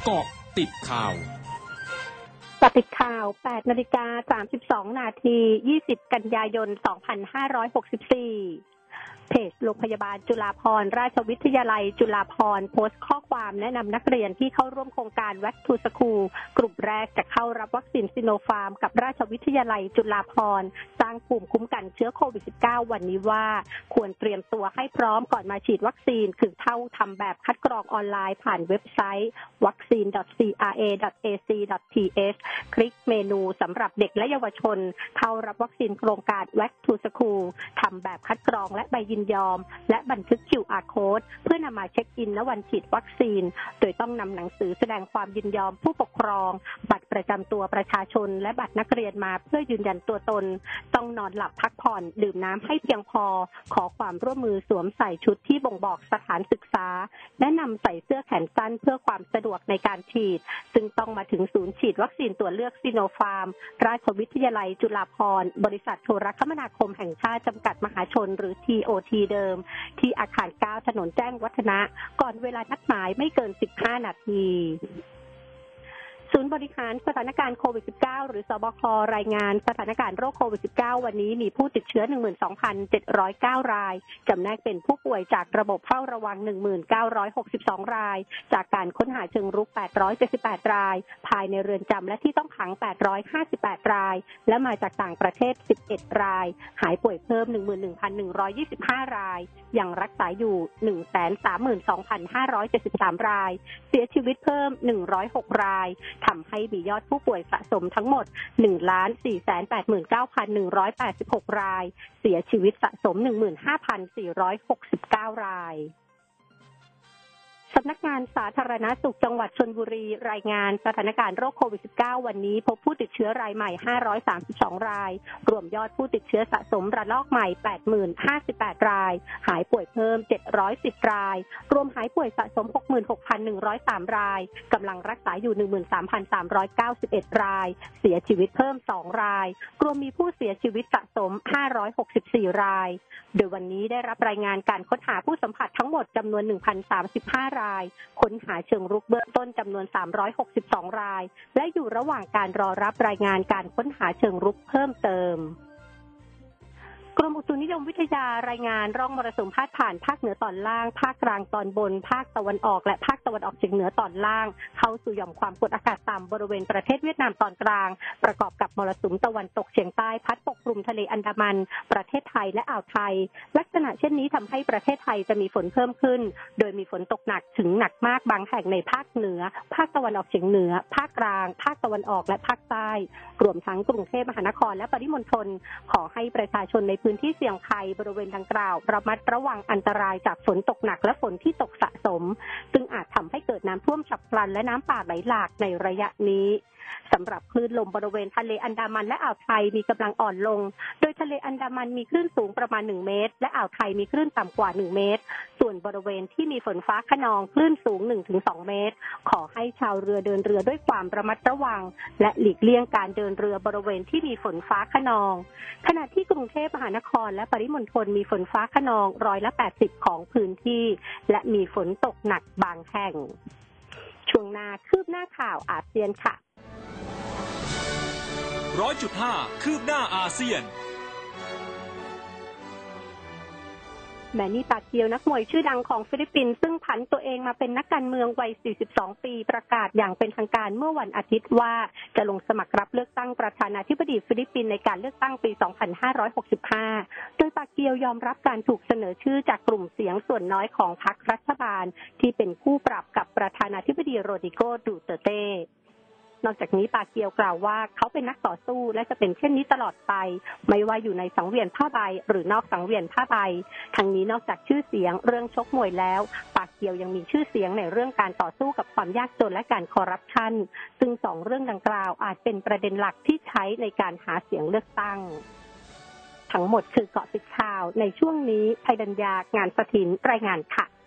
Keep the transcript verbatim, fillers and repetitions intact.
เกาะติดข่าวเกาะติดข่าว แปดนาฬิกาสามสิบสองนาที ยี่สิบกันยายนสองพันห้าร้อยหกสิบสี่เพจโรงพยาบาลจุฬาภรณราชวิทยาลัยจุฬาภรณ์โพสต์ข้อความแนะนำนักเรียนที่เข้าร่วมโครงการ Back to School กลุ่มแรกจะเข้ารับวัคซีนซิโนฟาร์มกับราชวิทยาลัยจุฬาภรณ์สร้างภูมิคุ้มกันเชื้อโควิด สิบเก้า วันนี้ว่าควรเตรียมตัวให้พร้อมก่อนมาฉีดวัคซีนคือเท่าทำแบบคัดกรองออนไลน์ผ่านเว็บไซต์ วัคซีน ดอท ซี อาร์ เอ ดอท เอ ซี ดอท ที เอช คลิกเมนูสำหรับเด็กและเยาวชนเข้ารับวัคซีนโครงการ Back to School ทำแบบคัดกรองและใบยินยอมและบันทึก คิว อาร์ Code เพื่อนำมาเช็คอินณวันฉีดวัคซีนโดยต้องนำหนังสือแสดงความยินยอมผู้ปกครองบัตรประจำตัวประชาชนและบัตรนักเรียนมาเพื่อยืนยันตัวตนต้องนอนหลับพักผ่อนดื่มน้ำให้เพียงพอขอความร่วมมือสวมใส่ชุดที่บ่งบอกสถานศึกษาแนะนำใส่เสื้อแขนสั้นเพื่อความสะดวกในการฉีดซึ่งต้องมาถึงศูนย์ฉีดวัคซีนตัวเลือกซิโนฟาร์มราชวิทยาลัยจุฬาภรณ์บริษัทโทรคมนาคมแห่งชาติจำกัดมหาชนหรือ ที โอ ที เดิมที่อาคารเก้าถนนแจ้งวัฒนะก่อนเวลานัดหมายไม่เกินสิบห้านาทีศูนย์บริหารสถานการณ์โควิด สิบเก้า หรือสบครายงานสถานการณ์โรคโควิด สิบเก้า วันนี้มีผู้ติดเชื้อ หนึ่งหมื่นสองพันเจ็ดร้อยเก้า รายจำแนกเป็นผู้ป่วยจากระบบเฝ้าระวัง หนึ่งหมื่นเก้าร้อยหกสิบสอง รายจากการค้นหาเชิงรุก แปดร้อยเจ็ดสิบแปด รายภายในเรือนจำและที่ต้องขัง แปดร้อยห้าสิบแปด รายและมาจากต่างประเทศ สิบเอ็ด รายหายป่วยเพิ่ม หนึ่งหมื่นหนึ่งพันหนึ่งร้อยยี่สิบห้า รายยังรักษาอยู่ หนึ่งแสนสามหมื่นสองพันห้าร้อยเจ็ดสิบสาม รายเสียชีวิตเพิ่มหนึ่งร้อยหกรายทำให้มียอดผู้ป่วยสะสมทั้งหมด หนึ่งล้านสี่แสนแปดหมื่นเก้าพันหนึ่งร้อยแปดสิบหก รายเสียชีวิตสะสม หนึ่งหมื่นห้าพันสี่ร้อยหกสิบเก้า รายสำนักงานสาธารณสุขจังหวัดชลบุรีรายงานสถานการณ์โรคโควิด สิบเก้า วันนี้พบผู้ติดเชื้อรายใหม่ห้าร้อยสามสิบสองรายรวมยอดผู้ติดเชื้อสะสมระลอกใหม่ แปดหมื่นห้าสิบแปด รายหายป่วยเพิ่มเจ็ดร้อยสิบรายรวมหายป่วยสะสม หกหมื่นหกพันหนึ่งร้อยสาม รายกำลังรักษาอยู่ หนึ่งหมื่นสามพันสามร้อยเก้าสิบเอ็ด รายเสียชีวิตเพิ่มสองรายรวมมีผู้เสียชีวิตสะสมห้าร้อยหกสิบสี่รายโดยวันนี้ได้รับรายงานการค้นหาผู้สัมผัสทั้งหมดจำนวน หนึ่งพันสามสิบห้า รายค้นหาเชิงรุกเบื้องต้นจำนวนสามร้อยหกสิบสองรายและอยู่ระหว่างการรอรับรายงานการค้นหาเชิงรุกเพิ่มเติมกรมอุตุนิยมวิทยารายงานร่องมรสุมพาดผ่านภาคเหนือตอนล่างภาคกลางตอนบนภาคตะวันออกและภาคตะวันออกเฉียงเหนือตอนล่างเข้าสู่หย่อมความกดอากาศต่ำบริเวณประเทศเวียดนามตอนกลางประกอบกับมรสุมตะวันตกเฉียงใต้พัดปกคลุมทะเลอันดามันประเทศไทยและอ่าวไทยลักษณะเช่นนี้ทำให้ประเทศไทยจะมีฝนเพิ่มขึ้นโดยมีฝนตกหนักถึงหนักมากบางแห่งในภาคเหนือภาคตะวันออกเฉียงเหนือภาคกลางภาคตะวันออกและภาคใต้รวมทั้งกรุงเทพมหานครและปริมณฑลขอให้ประชาชนในพื้นที่เสี่ยงภัยบริเวณดังกล่าวระมัดระวังอันตรายจากฝนตกหนักและฝนที่ตกสะสมซึ่งอาจทำให้เกิดน้ำท่วมฉับพลันและน้ำป่าไหลหลากในระยะนี้สำหรับคลื่นลมบริเวณทะเลอันดามันและอ่าวไทยมีกำลังอ่อนลงโดยทะเลอันดามันมีคลื่นสูงประมาณหนึ่งเมตรและอ่าวไทยมีคลื่นต่ำกว่าหนึ่งเมตรส่วนบริเวณที่มีฝนฟ้าคะนองคลื่นสูง หนึ่งถึงสอง เมตรขอให้ชาวเรือเดินเรือด้วยความระมัดระวังและหลีกเลี่ยงการเดินเรือบริเวณที่มีฝนฟ้าคะนองขณะที่กรุงเทพมหานครและปริมณฑลมีฝนฟ้าคะนองร้อยละแปดสิบของพื้นที่และมีฝนตกหนักบางแห่งช่วงหน้าคืบหน้าข่าวอาเซียนค่ะร้อยจุดห้าคืบหน้าอาเซียนแมนนี่ปาเกียวนักมวยชื่อดังของฟิลิปปินส์ซึ่งผันตัวเองมาเป็นนักการเมืองวัยสี่สิบสองปีประกาศอย่างเป็นทางการเมื่อวันอาทิตย์ว่าจะลงสมัครรับเลือกตั้งประธานาธิบดีฟิลิปปินส์ในการเลือกตั้งปีสองพันห้าร้อยหกสิบห้าโดยปาเกียวยอมรับการถูกเสนอชื่อจากกลุ่มเสียงส่วนน้อยของพรรครัฐบาลที่เป็นคู่ปรับกับประธานาธิบดีโรดริโก ดูเตอร์เต้นอกจากนี้ปาเกียวกล่าวว่าเขาเป็นนักต่อสู้และจะเป็นเช่นนี้ตลอดไปไม่ว่าอยู่ในสังเวียนผ้าใบหรือนอกสังเวียนผ้าใบทั้งนี้นอกจากชื่อเสียงเรื่องชกมวยแล้วปาเกียวยังมีชื่อเสียงในเรื่องการต่อสู้กับความยากจนและการคอร์รัปชันซึ่งสองเรื่องดังกล่าวอาจเป็นประเด็นหลักที่ใช้ในการหาเสียงเลือกตั้งทั้งหมดคือเกาะติดข่าวในช่วงนี้ภัยดัญญางานสถินรายงานค่ะ